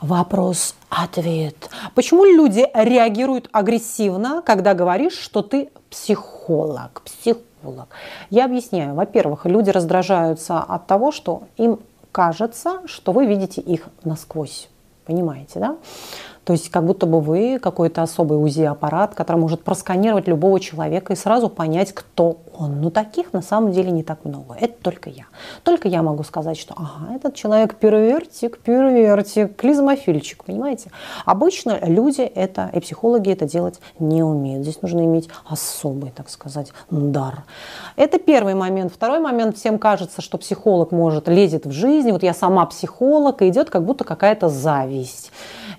Вопрос-ответ. Почему люди реагируют агрессивно, когда говоришь, что ты психолог? Психолог. Я объясняю. Во-первых, люди раздражаются от того, что им кажется, что вы видите их насквозь. Понимаете, да? То есть как будто бы вы какой-то особый УЗИ-аппарат, который может просканировать любого человека и сразу понять, кто он. Но таких на самом деле не так много. Это только я. Только я могу сказать, что ага, этот человек первертик, клизмофильчик, понимаете? Обычно люди и психологи это делать не умеют. Здесь нужно иметь особый, так сказать, дар. Это первый момент. Второй момент. Всем кажется, что психолог лезет в жизнь. Вот я сама психолог, и идет как будто какая-то зависть.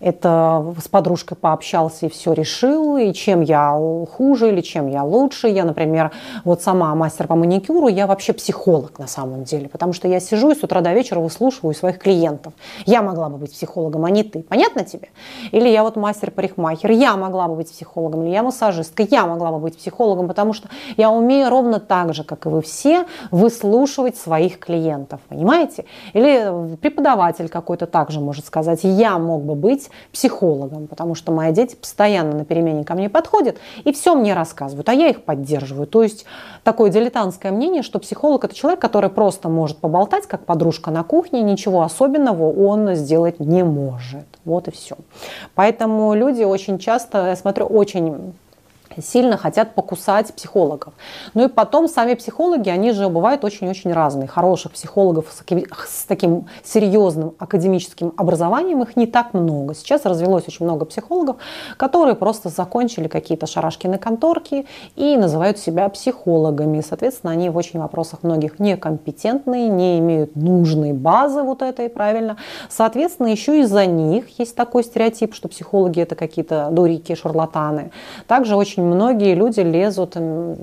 Это с подружкой пообщался и все решил, и чем я хуже или чем я лучше. Я, например, вот сама мастер по маникюру, я вообще психолог на самом деле, потому что я сижу и с утра до вечера выслушиваю своих клиентов. Я могла бы быть психологом, а не ты. Понятно тебе? Или я вот мастер-парикмахер, я могла бы быть психологом, или я массажистка, я могла бы быть психологом, потому что я умею ровно так же, как и вы все, выслушивать своих клиентов. Понимаете? Или преподаватель какой-то также может сказать, я мог бы быть психологом, потому что мои дети постоянно на перемене ко мне подходят и все мне рассказывают, а я их поддерживаю. То есть такое дилетантское мнение, что психолог – это человек, который просто может поболтать, как подружка на кухне, ничего особенного он сделать не может. Вот и все. Поэтому люди очень часто, я смотрю, очень сильно хотят покусать психологов. Ну и потом сами психологи, они же бывают очень-очень разные. Хороших психологов с таким серьезным академическим образованием их не так много. Сейчас развелось очень много психологов, которые просто закончили какие-то шарашкины конторки и называют себя психологами. Соответственно, они в очень вопросах многих некомпетентные, не имеют нужной базы вот этой, правильно. Соответственно, еще из-за них есть такой стереотип, что психологи это какие-то дурики, шарлатаны. Также очень многие люди лезут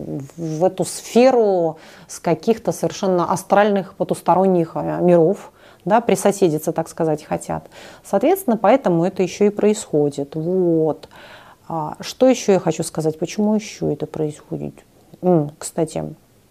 в эту сферу с каких-то совершенно астральных потусторонних миров, да, присоседиться, так сказать, хотят. Соответственно, поэтому это еще и происходит. Вот. Что еще я хочу сказать? Почему еще это происходит? Кстати,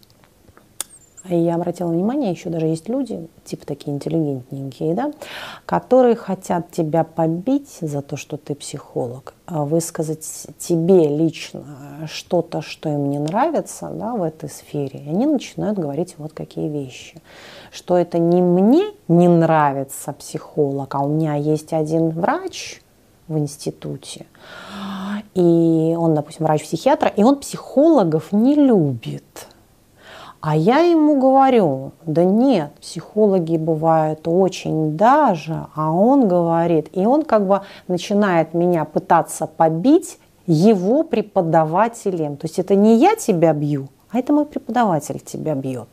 я обратила внимание, еще даже есть люди, типа такие интеллигентненькие, да, которые хотят тебя побить за то, что ты психолог, высказать тебе лично что-то, что им не нравится, да, в этой сфере. И они начинают говорить вот какие вещи. Что это не мне не нравится психолог, а у меня есть один врач в институте, и он, допустим, врач-психиатр, и он психологов не любит. А я ему говорю, да нет, психологи бывают очень даже, а он говорит, и он как бы начинает меня пытаться побить его преподавателем. То есть это не я тебя бью, а это мой преподаватель тебя бьет,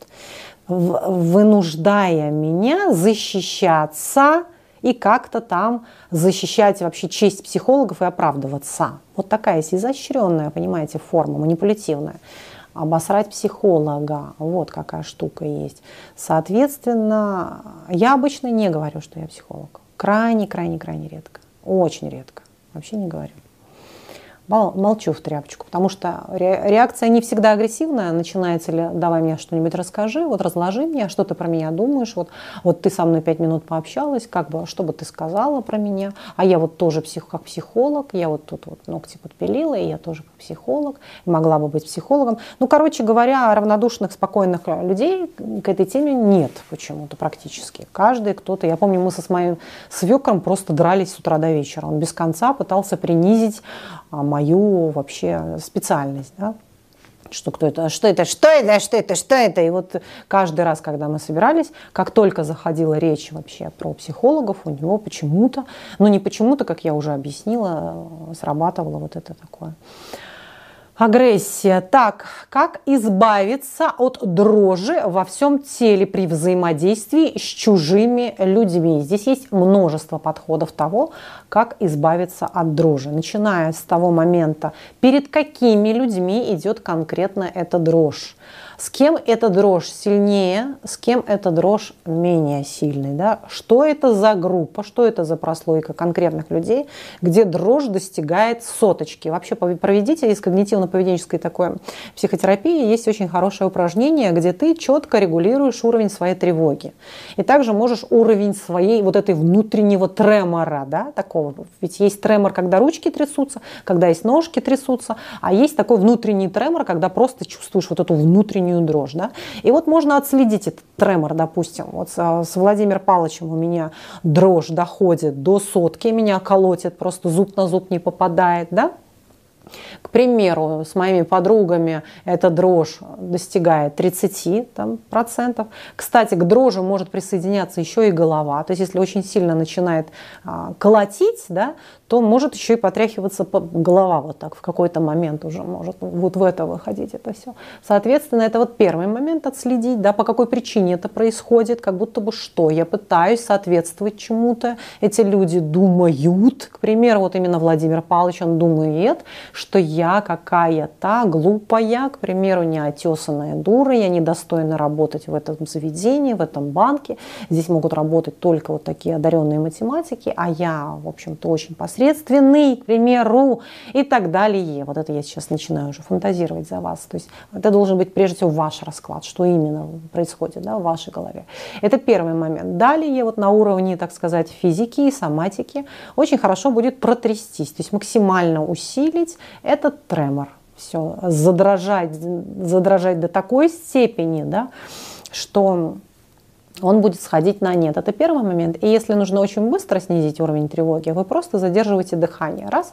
вынуждая меня защищаться и как-то там защищать вообще честь психологов и оправдываться. Вот такая есть изощренная, понимаете, форма, манипулятивная. Обосрать психолога. Вот какая штука есть. Соответственно, я обычно не говорю, что я психолог. Крайне-крайне-крайне редко. Очень редко. Вообще не говорю. Молчу в тряпочку, потому что реакция не всегда агрессивная. Начинается ли, давай мне что-нибудь расскажи, вот разложи мне, что ты про меня думаешь, вот ты со мной 5 минут пообщалась, как бы, что бы ты сказала про меня, а я вот тоже как психолог, я вот тут вот ногти подпилила, и я тоже как психолог, могла бы быть психологом. Ну, короче говоря, равнодушных, спокойных людей к этой теме нет почему-то практически. Каждый кто-то, я помню, мы с моим свекром просто дрались с утра до вечера, он без конца пытался принизить мою вообще специальность, да? Что это. И вот каждый раз, когда мы собирались, как только заходила речь вообще про психологов, у него почему-то, ну не почему-то, как я уже объяснила, срабатывало вот это такое. Агрессия. Так, как избавиться от дрожи во всем теле при взаимодействии с чужими людьми? Здесь есть множество подходов того, как избавиться от дрожи. Начиная с того момента, перед какими людьми идет конкретно эта дрожь. С кем эта дрожь сильнее, с кем эта дрожь менее сильной. Да? Что это за группа, что это за прослойка конкретных людей, где дрожь достигает соточки. Вообще проведите из когнитивно-поведенческой такой психотерапии есть очень хорошее упражнение, где ты четко регулируешь уровень своей тревоги. И также можешь уровень своей вот этой внутреннего тремора, да, такого. Ведь есть тремор, когда ручки трясутся, когда есть ножки трясутся, а есть такой внутренний тремор, когда просто чувствуешь вот эту внутреннюю дрожь. Да? И вот можно отследить этот тремор, допустим. Вот с Владимиром Павловичем у меня дрожь доходит до сотки, меня колотит, просто зуб на зуб не попадает, да? К примеру, с моими подругами эта дрожь достигает 30%. Кстати, к дрожи может присоединяться еще и голова. То есть, если очень сильно начинает колотить, да, то может еще и потряхиваться голова вот так в какой-то момент уже может вот в это выходить это все. Соответственно, это вот первый момент отследить, да, по какой причине это происходит, как будто бы что. Я пытаюсь соответствовать чему-то. Эти люди думают, к примеру, вот именно Владимир Павлович, он думает, что я какая-то глупая, к примеру, неотесанная дура, я недостойна работать в этом заведении, в этом банке. Здесь могут работать только вот такие одаренные математики, а я, в общем-то, очень посредственный, к примеру, и так далее. Вот это я сейчас начинаю уже фантазировать за вас. То есть это должен быть прежде всего ваш расклад, что именно происходит, да, в вашей голове. Это первый момент. Далее вот на уровне, так сказать, физики и соматики очень хорошо будет протрястись, то есть максимально усилить этот тремор. Все, задрожать до такой степени, да, что он будет сходить на нет. Это первый момент. И если нужно очень быстро снизить уровень тревоги, вы просто задерживаете дыхание. Раз.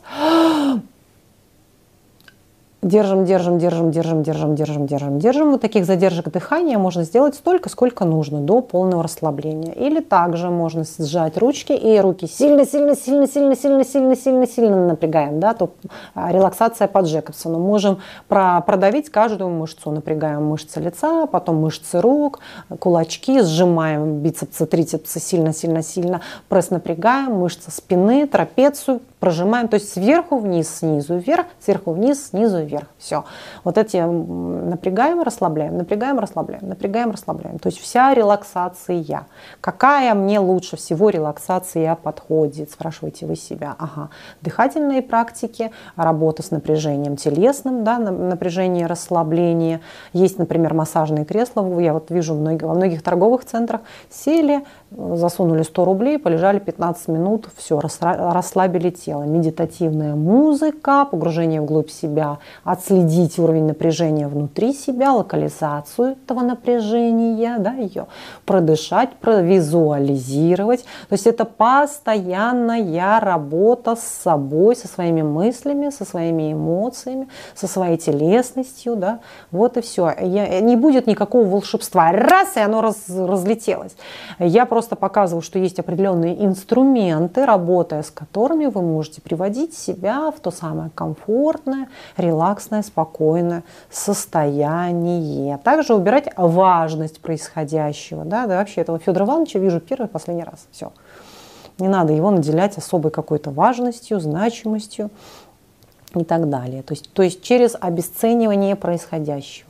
Держим, держим, держим, держим, держим, держим, держим, держим. Вот таких задержек дыхания можно сделать столько, сколько нужно, до полного расслабления. Или также можно сжать ручки и руки сильно, сильно, сильно, сильно, сильно, сильно, сильно, сильно напрягаем. Да? То релаксация по Джекобсону. Можем продавить каждую мышцу. Напрягаем мышцы лица, потом мышцы рук, кулачки, сжимаем бицепсы, трицепсы сильно, сильно, сильно. Пресс напрягаем, мышцы спины, трапецию прожимаем. То есть сверху вниз, снизу вверх, сверху вниз, снизу вверх. Все. Вот эти напрягаем, расслабляем, напрягаем, расслабляем, напрягаем, расслабляем. То есть вся релаксация. Какая мне лучше всего релаксация подходит? Спрашиваете вы себя. Ага. Дыхательные практики, работа с напряжением телесным, да, напряжение, расслабление. Есть, например, массажные кресла. Я вот вижу во многих торговых центрах. Сели, засунули 100 рублей, полежали 15 минут, все, расслабили тело. Медитативная музыка, погружение вглубь себя, отследить уровень напряжения внутри себя, локализацию этого напряжения, да, ее продышать, провизуализировать. То есть это постоянная работа с собой, со своими мыслями, со своими эмоциями, со своей телесностью. Да. Вот и все. Не будет никакого волшебства. Раз, и оно разлетелось. Я просто показываю, что есть определенные инструменты, работая с которыми вы можете приводить себя в то самое комфортное, релаксное, спокойное состояние. Также убирать важность происходящего. Да, вообще этого Федора Ивановича вижу первый и последний раз. Все. Не надо его наделять особой какой-то важностью, значимостью и так далее. То есть через обесценивание происходящего.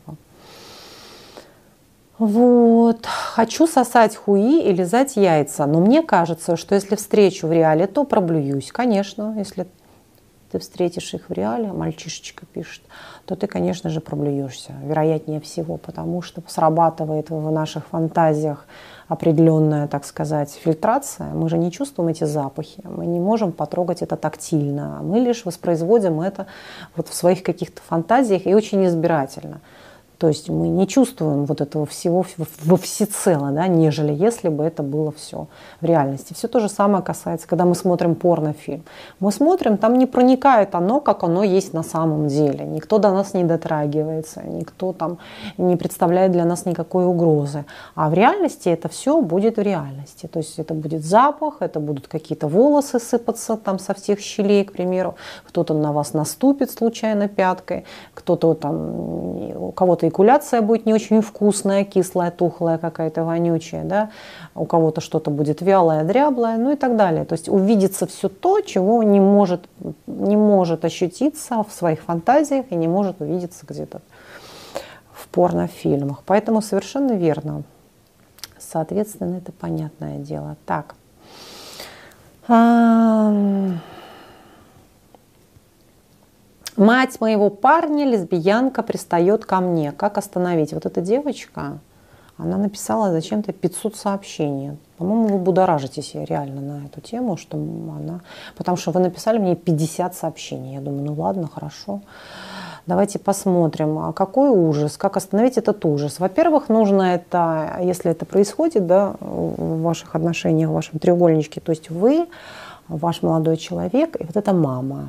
Вот. Хочу сосать хуи и лизать яйца. Но мне кажется, что если встречу в реале, то проблююсь. Конечно, если ты встретишь их в реале, мальчишечка пишет, то ты, конечно же, проблюешься. Вероятнее всего, потому что срабатывает в наших фантазиях определенная, так сказать, фильтрация. Мы же не чувствуем эти запахи, мы не можем потрогать это тактильно. Мы лишь воспроизводим это вот в своих каких-то фантазиях и очень избирательно. То есть мы не чувствуем вот этого всего во всецело, да, нежели если бы это было все в реальности. Все то же самое касается, когда мы смотрим порнофильм. Мы смотрим, там не проникает оно, как оно есть на самом деле. Никто до нас не дотрагивается, никто там не представляет для нас никакой угрозы. А в реальности это все будет в реальности. То есть это будет запах, это будут какие-то волосы сыпаться там со всех щелей, к примеру. Кто-то на вас наступит случайно пяткой, кто-то там, у кого-то экуляция будет не очень вкусная, кислая, тухлая, какая-то вонючая, да? У кого-то что-то будет вялое, дряблое, ну и так далее. То есть увидится все то, чего не может ощутиться в своих фантазиях и не может увидеться где-то в порнофильмах. Поэтому совершенно верно. Соответственно, это понятное дело. Так. Мать моего парня, лесбиянка, пристает ко мне. Как остановить? Вот эта девочка, она написала зачем-то 500 сообщений. По-моему, вы будоражитесь реально на эту тему, что она... Потому что вы написали мне 50 сообщений. Я думаю, ну ладно, хорошо. Давайте посмотрим, а какой ужас, как остановить этот ужас. Во-первых, нужно это, если это происходит, да, в ваших отношениях, в вашем треугольничке, то есть вы, ваш молодой человек и вот эта мама,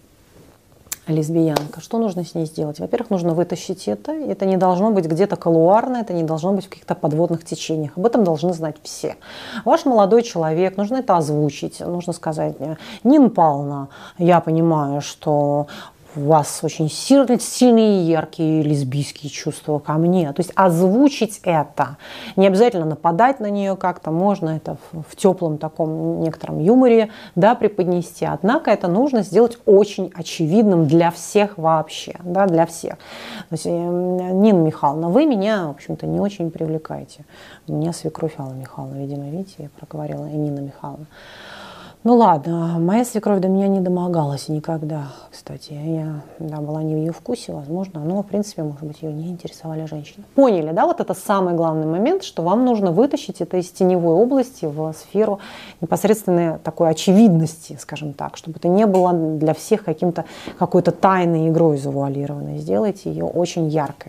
лесбиянка. Что нужно с ней сделать? Во-первых, нужно вытащить это. Это не должно быть где-то колуарно, это не должно быть в каких-то подводных течениях. Об этом должны знать все. Ваш молодой человек, нужно это озвучить. Нужно сказать: Нина Павловна, я понимаю, что у вас очень сильные и яркие лесбийские чувства ко мне. То есть озвучить это. Не обязательно нападать на нее как-то. Можно это в теплом таком некотором юморе, да, преподнести. Однако это нужно сделать очень очевидным для всех вообще. Да, для всех. То есть, Нина Михайловна, вы меня, в общем-то, не очень привлекаете. У меня свекровь Алла Михайловна, видимо, видите, я проговорила, и Нина Михайловна. Ну ладно, моя свекровь до меня не домогалась никогда, кстати. Я была не в ее вкусе, возможно, но, в принципе, может быть, ее не интересовали женщины. Поняли, да? Вот это самый главный момент, что вам нужно вытащить это из теневой области в сферу непосредственной такой очевидности, скажем так, чтобы это не было для всех какой-то тайной игрой завуалированной. Сделайте ее очень яркой.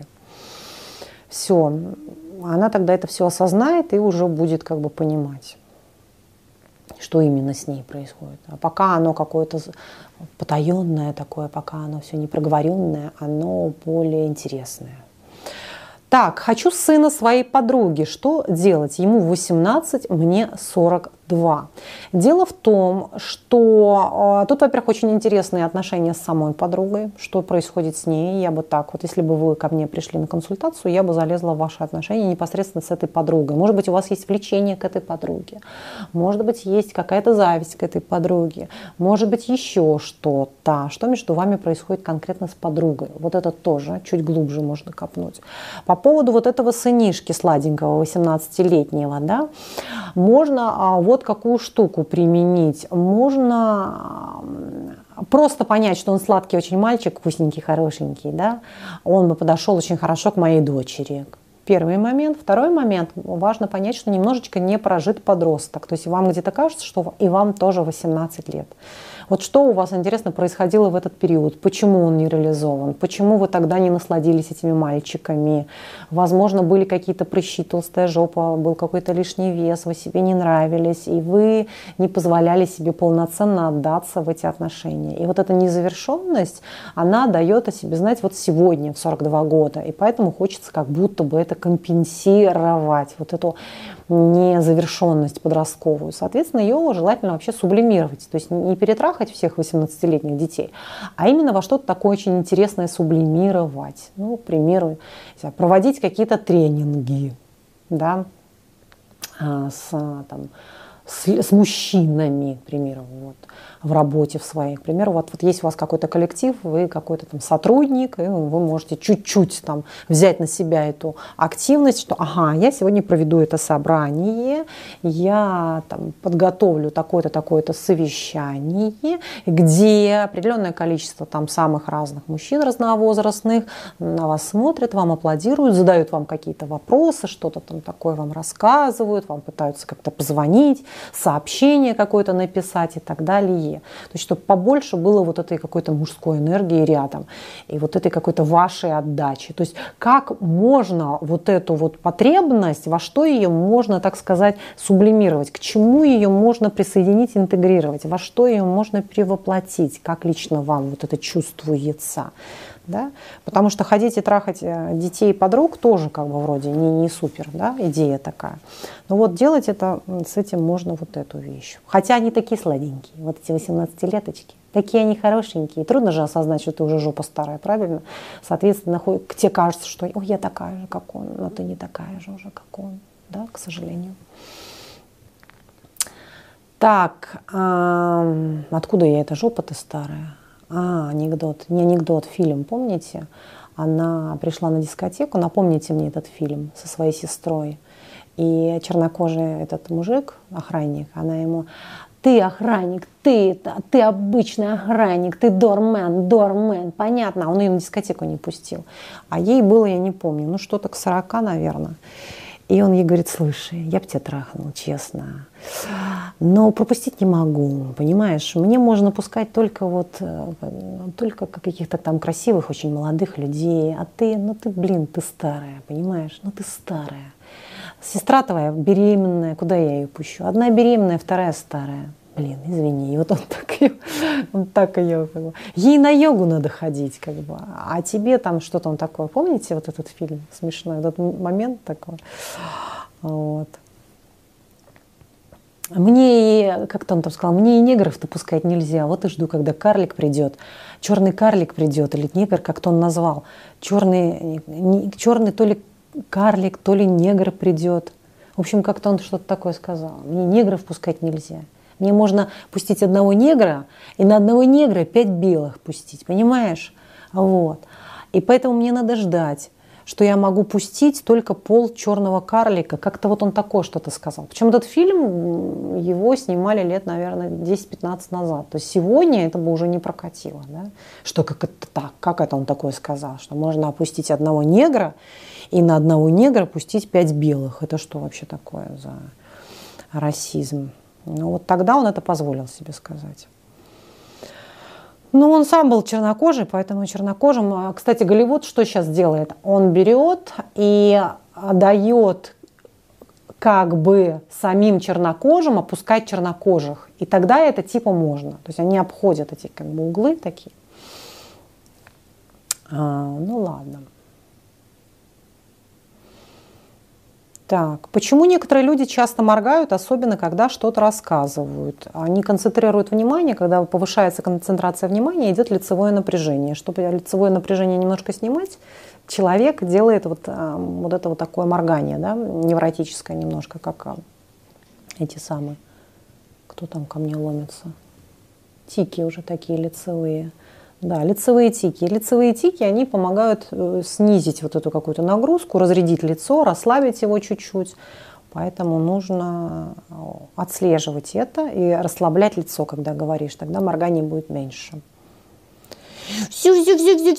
Все. Она тогда это все осознает и уже будет как бы понимать, что именно с ней происходит. А пока оно какое-то потаенное такое, пока оно все не проговоренное, оно более интересное. Так, хочу сына своей подруги. Что делать? Ему 18, мне 42. Дело в том, что тут, во-первых, очень интересные отношения с самой подругой. Что происходит с ней? Я бы так вот, если бы вы ко мне пришли на консультацию, я бы залезла в ваши отношения непосредственно с этой подругой. Может быть, у вас есть влечение к этой подруге. Может быть, есть какая-то зависть к этой подруге. Может быть, еще что-то. Что между вами происходит конкретно с подругой? Вот это тоже чуть глубже можно копнуть. По поводу вот этого сынишки сладенького, 18-летнего, да, можно вот какую штуку применить. Можно просто понять, что он сладкий очень мальчик, вкусненький, хорошенький, да, он бы подошел очень хорошо к моей дочери. Первый момент. Второй момент. Важно понять, что немножечко не прожит подросток. То есть вам где-то кажется, что и вам тоже 18 лет. Вот что у вас, интересно, происходило в этот период? Почему он не реализован? Почему вы тогда не насладились этими мальчиками? Возможно, были какие-то прыщи, толстая жопа, был какой-то лишний вес, вы себе не нравились, и вы не позволяли себе полноценно отдаться в эти отношения. И вот эта незавершенность, она дает о себе знать вот сегодня, в 42 года. И поэтому хочется как будто бы это компенсировать, вот эту незавершенность подростковую. Соответственно, ее желательно вообще сублимировать. То есть не перетрахать всех 18-летних детей, а именно во что-то такое очень интересное сублимировать. Ну, к примеру, проводить какие-то тренинги, да, с мужчинами, к примеру, вот, в работе в своей. К примеру, вот есть у вас какой-то коллектив, вы какой-то там сотрудник, и вы можете чуть-чуть там взять на себя эту активность, что ага, я сегодня проведу это собрание, я там подготовлю такое-то, такое-то совещание, где определенное количество там самых разных мужчин разновозрастных на вас смотрят, вам аплодируют, задают вам какие-то вопросы, что-то там такое вам рассказывают, вам пытаются как-то позвонить, сообщение какое-то написать и так далее. То есть, чтобы побольше было вот этой какой-то мужской энергии рядом и вот этой какой-то вашей отдачи. То есть, как можно вот эту вот потребность, во что ее можно, так сказать, сублимировать, к чему ее можно присоединить, интегрировать, во что ее можно перевоплотить, как лично вам вот это чувствуется. Да? Потому что ходить и трахать детей и подруг тоже как бы вроде не супер, да? Идея такая. Но вот делать это, с этим можно вот эту вещь. Хотя они такие сладенькие, вот эти 18-леточки. Такие они хорошенькие. Трудно же осознать, что ты уже жопа старая, правильно? Соответственно, тебе кажется, что ой, я такая же, как он, но ты не такая же уже, как он, да, к сожалению. Так, откуда я эта жопа-то старая? Анекдот. Не анекдот, фильм, помните? она пришла на дискотеку, напомните мне этот фильм, со своей сестрой. И чернокожий этот мужик, охранник, она ему: ты охранник, ты обычный охранник, ты дормен, понятно. А он ее на дискотеку не пустил. А ей было, я не помню, ну что-то к 40, наверное. И он ей говорит: слушай, я бы тебя трахнул, честно, но пропустить не могу, понимаешь? Мне можно пускать только только каких-то там красивых, очень молодых людей, а ты, блин, ты старая, понимаешь? Ну ты старая. Сестра твоя беременная, куда я ее пущу? Одна беременная, вторая старая. Блин, извини. И вот он так ее как бы, ей на йогу надо ходить, как бы, а тебе там что-то он такое. Помните вот этот фильм смешной, этот момент такой? Вот. Мне, как-то он там сказал, мне и негров-то пускать нельзя. Вот и жду, когда карлик придет, черный карлик придет, или негр, как-то он назвал. Черный то ли карлик, то ли негр придет. В общем, как-то он что-то такое сказал. Мне негров пускать нельзя. Мне можно пустить одного негра, и на одного негра 5 белых пустить, понимаешь? Вот. И поэтому мне надо ждать, что я могу пустить только пол черного карлика. Как-то вот он такое что-то сказал. Причем этот фильм, его снимали лет, наверное, 10-15 назад. То есть сегодня это бы уже не прокатило. Да? Что как это так? Как это он такое сказал? Что можно опустить одного негра, и на одного негра пустить 5 белых. Это что вообще такое за расизм? Ну вот тогда он это позволил себе сказать. Ну, он сам был чернокожий, поэтому чернокожим... Кстати, Голливуд что сейчас делает? Он берет и дает как бы самим чернокожим опускать чернокожих. И тогда это типа можно. То есть они обходят эти как бы углы такие. Ну ладно. Так, почему некоторые люди часто моргают, особенно когда что-то рассказывают? Они концентрируют внимание, когда повышается концентрация внимания, идет лицевое напряжение. Чтобы лицевое напряжение немножко снимать, человек делает вот это вот такое моргание, да, невротическое немножко, как эти самые, кто там ко мне ломится? Тики уже такие лицевые. Да, лицевые тики. Лицевые тики, они помогают снизить вот эту какую-то нагрузку, разрядить лицо, расслабить его чуть-чуть. Поэтому нужно отслеживать это и расслаблять лицо, когда говоришь. Тогда морганий будет меньше. Все, я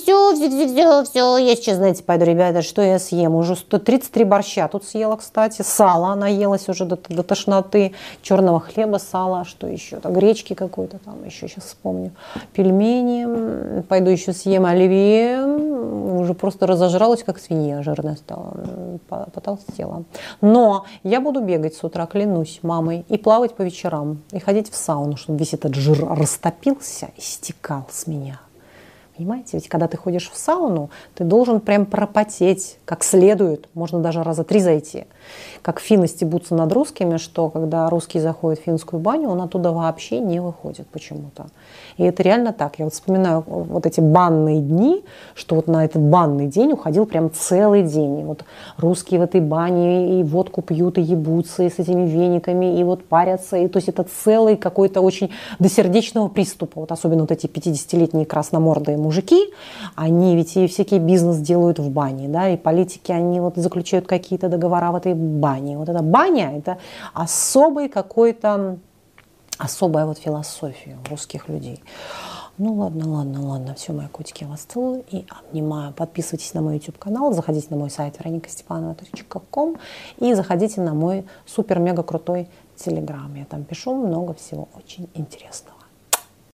сейчас, знаете, пойду, ребята, что я съем? Уже 133 борща тут съела, кстати, сало наелась уже до тошноты, черного хлеба, сала, что еще? Гречки какой-то там, еще сейчас вспомню, пельмени, пойду еще съем оливье, уже просто разожралась, как свинья жирная стала, потолстела. Но я буду бегать с утра, клянусь, мамой, и плавать по вечерам, и ходить в сауну, чтобы весь этот жир растопился и стекал с меня. Понимаете, ведь когда ты ходишь в сауну, ты должен прям пропотеть как следует, можно даже раза 3 зайти. Как финны стебутся над русскими, что когда русский заходит в финскую баню, он оттуда вообще не выходит почему-то. И это реально так. Я вот вспоминаю вот эти банные дни, что вот на этот банный день уходил прям целый день. И вот русские в этой бане и водку пьют, и ебутся, и с этими вениками, и вот парятся. И, то есть это целый какой-то очень до сердечного приступа. Вот особенно вот эти 50-летние красномордые мужики, они ведь и всякий бизнес делают в бане, да, и политики, они вот заключают какие-то договора в этой бане. Вот эта баня, это особый какой-то, особая вот философия русских людей. Ну ладно, все, мои котики, я вас целую и обнимаю. Подписывайтесь на мой YouTube-канал, заходите на мой сайт veronikastепанова.com и заходите на мой супер-мега крутой Telegram. Я там пишу много всего очень интересного.